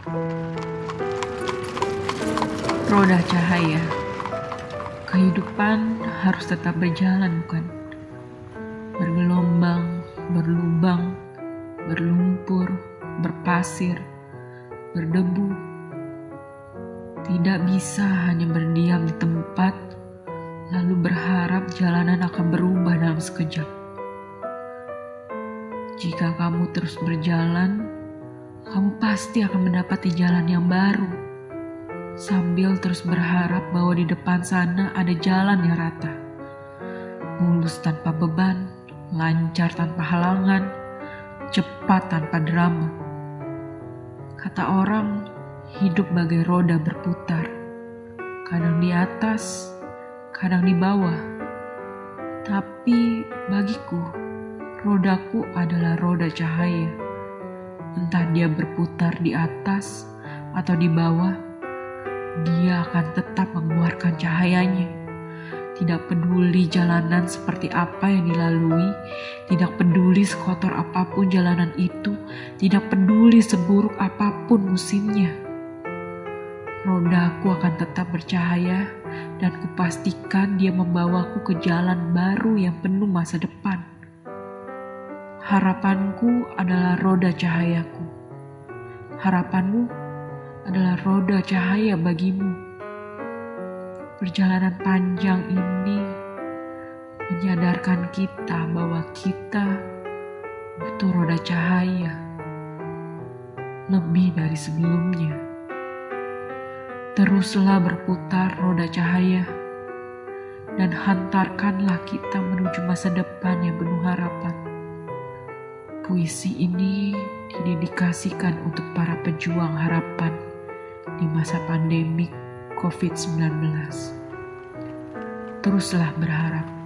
Roda cahaya. Kehidupan harus tetap berjalan, bukan? Bergelombang, berlubang, berlumpur, berpasir, berdebu. Tidak bisa hanya berdiam di tempat, lalu berharap jalanan akan berubah dalam sekejap. Jika kamu terus berjalan, kamu pasti akan mendapati jalan yang baru, sambil terus berharap bahwa di depan sana ada jalan yang rata, mulus tanpa beban, lancar tanpa halangan, cepat tanpa drama. Kata orang, hidup bagai roda berputar, kadang di atas, kadang di bawah. Tapi bagiku, rodaku adalah roda cahaya. Entah dia berputar di atas atau di bawah, dia akan tetap mengeluarkan cahayanya. Tidak peduli jalanan seperti apa yang dilalui, tidak peduli sekotor apapun jalanan itu, tidak peduli seburuk apapun musimnya. Rodaku akan tetap bercahaya dan kupastikan dia membawaku ke jalan baru yang penuh masa depan. Harapanku adalah roda cahayaku. Harapanmu adalah roda cahaya bagimu. Perjalanan panjang ini menyadarkan kita bahwa kita butuh roda cahaya lebih dari sebelumnya. Teruslah berputar roda cahaya dan hantarkanlah kita menuju masa depan yang penuh harapan. Puisi ini didedikasikan untuk para pejuang harapan di masa pandemik COVID-19. Teruslah berharap.